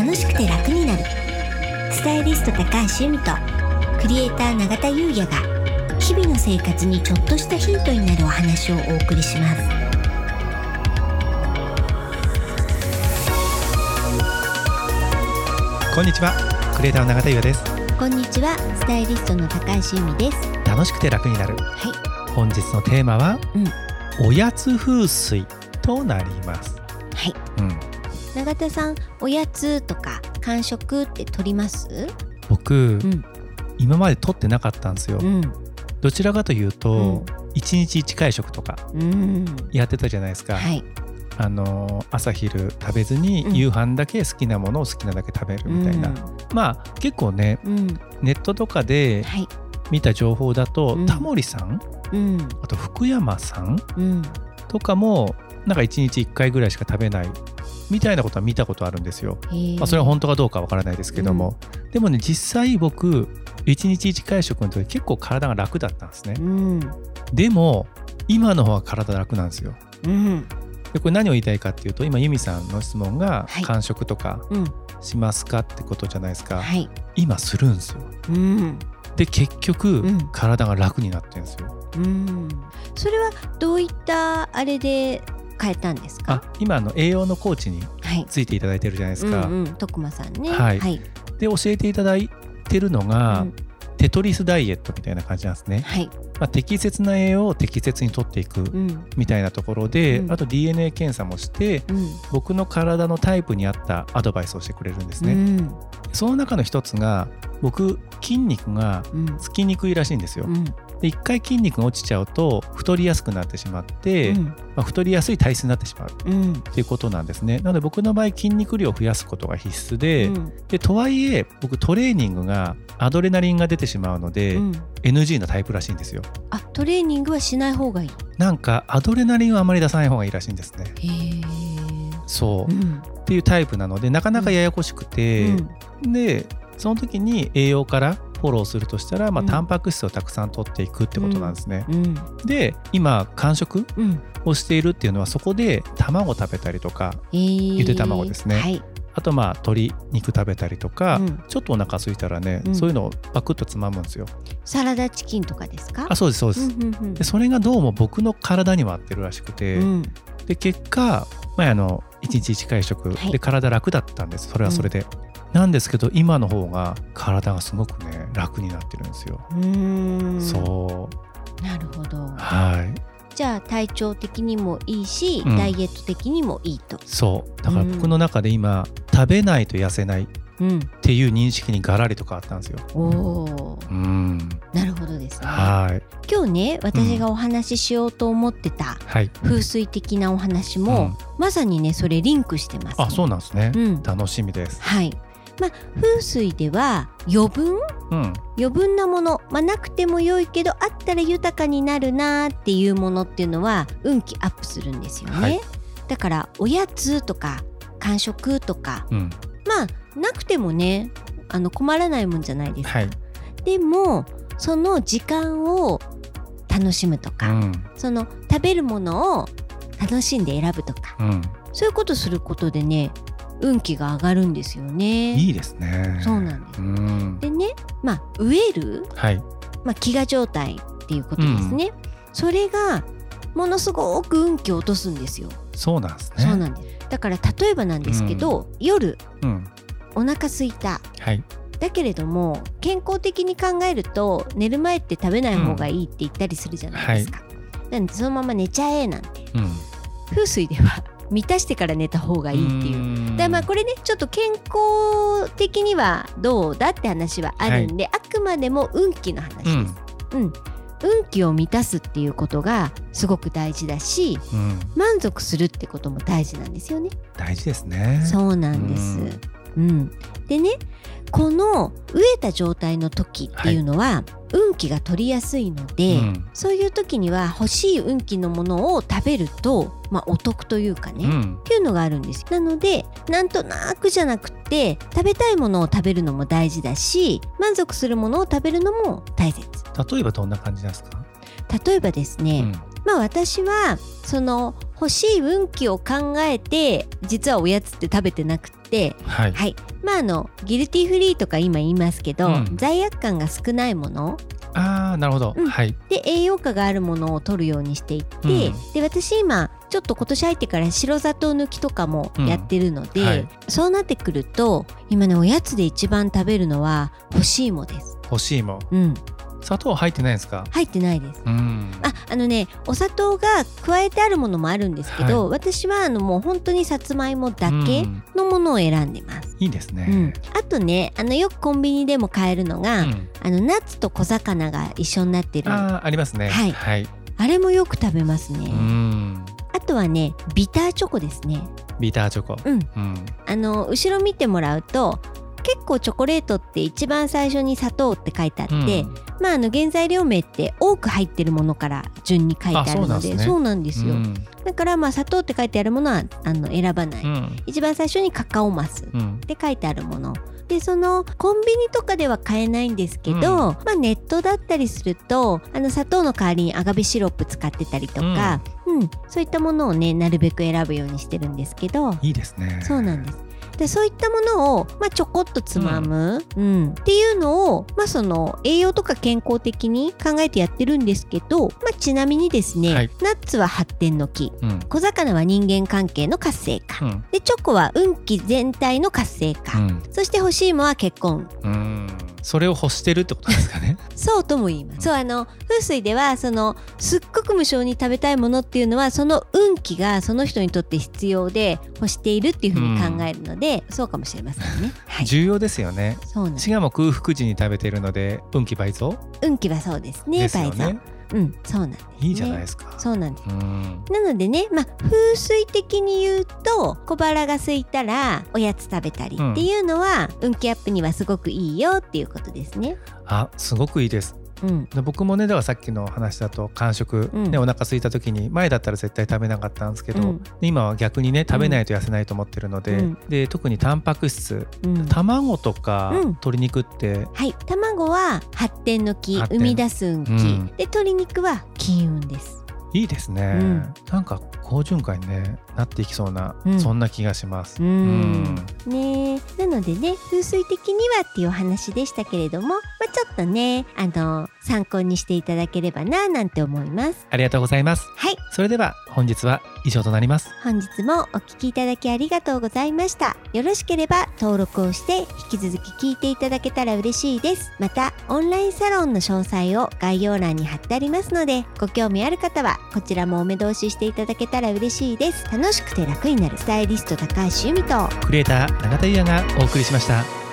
楽しくて楽になる。スタイリスト高橋由美とクリエイター永田優也が日々の生活にちょっとしたヒントになるお話をお送りします。 こんにちは、クリエイターの永田優也です。 こんにちは、スタイリストの高橋由美です。 楽しくて楽になる、 はい、 本日のテーマは、おやつ風水となります。 はい、永田さん、おやつとか間食って取ります？ 僕、今まで取ってなかったんですよ。どちらかというと、1日1回食とかやってたじゃないですか。はい、朝昼食べずに夕飯だけ好きなものを好きなだけ食べるみたいな、まあ結構ね、ネットとかで見た情報だと、タモリさん、あと福山さん、とかもなんか1日1回ぐらいしか食べないみたいなことは見たことあるんですよ。それは本当かどうかわからないですけども、でもね、実際僕1日1回食の時結構体が楽だったんですね。でも今の方が体楽なんですよ。でこれ何を言いたいかっていうと、今由美さんの質問が間食とかしますかってことじゃないですか。今するんですよ。で結局、体が楽になってるんですよ。 それはどういったあれで変えたんですか？ 今栄養のコーチについていただいてるじゃないですか。 徳間さんね。 で教えていただいてるのが、テトリスダイエットみたいな感じなんですね。適切な栄養を適切にとっていくみたいなところで、あと DNA 検査もして、僕の体のタイプに合ったアドバイスをしてくれるんですね。その中の一つが、僕筋肉がつきにくいらしいんですよ。で一回筋肉が落ちちゃうと太りやすくなってしまって、太りやすい体質になってしまうっていうことなんですね。なので僕の場合筋肉量を増やすことが必須で、とはいえ僕トレーニングがアドレナリンが出てしまうので、NG なタイプらしいんですよ。 トレーニングはしない方がいい？ なんかアドレナリンはあまり出さない方がいいらしいんですね。そう、っていうタイプなので、なかなかややこしくて、でその時に栄養からフォローするとしたら、タンパク質をたくさん取っていくってことなんですね。で今間食をしているっていうのは、そこで卵食べたりとか、ゆで卵ですね、あと鶏肉食べたりとか、ちょっとお腹空いたらね、そういうのをパクッとつまむんですよ。 サラダチキンとかですか？ そうですそうです。でそれがどうも僕の体には合ってるらしくて、で結果1日1回食で体楽だったんです。それはそれで、なんですけど、今の方が体がすごくね楽になってるんですよ。そう。 なるほど。じゃあ体調的にもいいし、ダイエット的にもいいと。 そうだから僕の中で今、食べないと痩せないっていう認識にガラリと変わったんですよ。なるほどですね。今日ね、私がお話ししようと思ってた風水的なお話も、まさにねそれリンクしてます。 そうなんですね。楽しみです。 風水では余分なもの、なくても良いけどあったら豊かになるなっていうものっていうのは運気アップするんですよね。だからおやつとか間食とか、なくてもね困らないもんじゃないですか。でもその時間を楽しむとか、その食べるものを楽しんで選ぶとか、そういうことすることでね運気が上がるんですよね。 いいですね。 そうなんです。でね、飢える、飢餓状態っていうことですね。それがものすごく運気を落とすんですよ。 そうなんですね。 そうなんです。だから例えばなんですけど、夜、お腹空いた、だけれども健康的に考えると寝る前って食べない方がいいって言ったりするじゃないですか。なんでそのまま寝ちゃえなんて、風水では満たしてから寝た方がいいっていう。だからこれねちょっと健康的にはどうだって話はあるんで、あくまでも運気の話です。運気を満たすっていうことがすごく大事だし、満足するってことも大事なんですよね。 大事ですね。 そうなんです。でね、この飢えた状態の時っていうのは、運気が取りやすいので、そういう時には欲しい運気のものを食べると、お得というかね、っていうのがあるんですよ。なのでなんとなくじゃなくて、食べたいものを食べるのも大事だし、満足するものを食べるのも大切。 例えばどんな感じですか？ 例えばですね、私はその欲しい運気を考えて実はおやつって食べてなくて、はい、はい、ギルティフリーとか今言いますけど、罪悪感が少ないもの、 なるほど、はい、 で栄養価があるものを取るようにしていって、で私今ちょっと今年入ってから白砂糖抜きとかもやってるので、はい、そうなってくると今ねおやつで一番食べるのは干し芋です。 干し芋、砂糖入ってないですか？ 入ってないです。お砂糖が加えてあるものもあるんですけど、はい、私はもう本当にさつまいもだけのものを選んでます。 いいですね。 あとねよくコンビニでも買えるのが、ナッツと小魚が一緒になってるありますね。はい、はい、 あれもよく食べますね。あとはねビターチョコですね。 ビターチョコ、 後ろ見てもらうと結構チョコレートって一番最初に砂糖って書いてあって、原材料名って多く入ってるものから順に書いてあるので、そうなんですよ。だから砂糖って書いてあるものは選ばない、一番最初にカカオマスって書いてあるもので、そのコンビニとかでは買えないんですけど、ネットだったりすると砂糖の代わりにアガベシロップ使ってたりとか、そういったものをねなるべく選ぶようにしてるんですけど。 いいですね。 そうなんです。でそういったものを、ちょこっとつまむ、っていうのを、その栄養とか健康的に考えてやってるんですけど、ちなみにですね、ナッツは発展の木、小魚は人間関係の活性化、でチョコは運気全体の活性化、そして干し芋は結婚。 それを欲してるってことですかね。 そうとも言います。そう風水ではすっごく無性に食べたいものっていうのはその運気がその人にとって必要で欲しているっていうふうに考えるので、そうかもしれませんね。はい、 重要ですよね。 そうなんです。 しかも空腹時に食べてるので運気倍増。 運気はそうですね。 ですよね。 倍増。そうなんですね。 いいじゃないですか。 そうなんです。なのでね、風水的に言うと小腹が空いたらおやつ食べたりっていうのは、運気アップにはすごくいいよっていうことですね。 すごくいいです。僕もねだからさっきの話だと間食、お腹空いた時に前だったら絶対食べなかったんですけど、今は逆にね食べないと痩せないと思ってるので、で特にタンパク質、卵とか、鶏肉って、 卵は発展の木、生み出す運気、で鶏肉は金運です。 いいですね、なんか好循環に、なっていきそうな、そんな気がします。 ね、なのでね風水的にはっていうお話でしたけれども、ちょっとね参考にしていただければななんて思います。 ありがとうございます。 はい、 それでは本日は以上となります。 本日もお聞きいただきありがとうございました。よろしければ登録をして引き続き聞いていただけたら嬉しいです。またオンラインサロンの詳細を概要欄に貼ってありますので、ご興味ある方はこちらもお目通ししていただけたら嬉しいです。楽しくて楽になるスタイリスト高橋由美とクリエイター永田優也がお送りしました。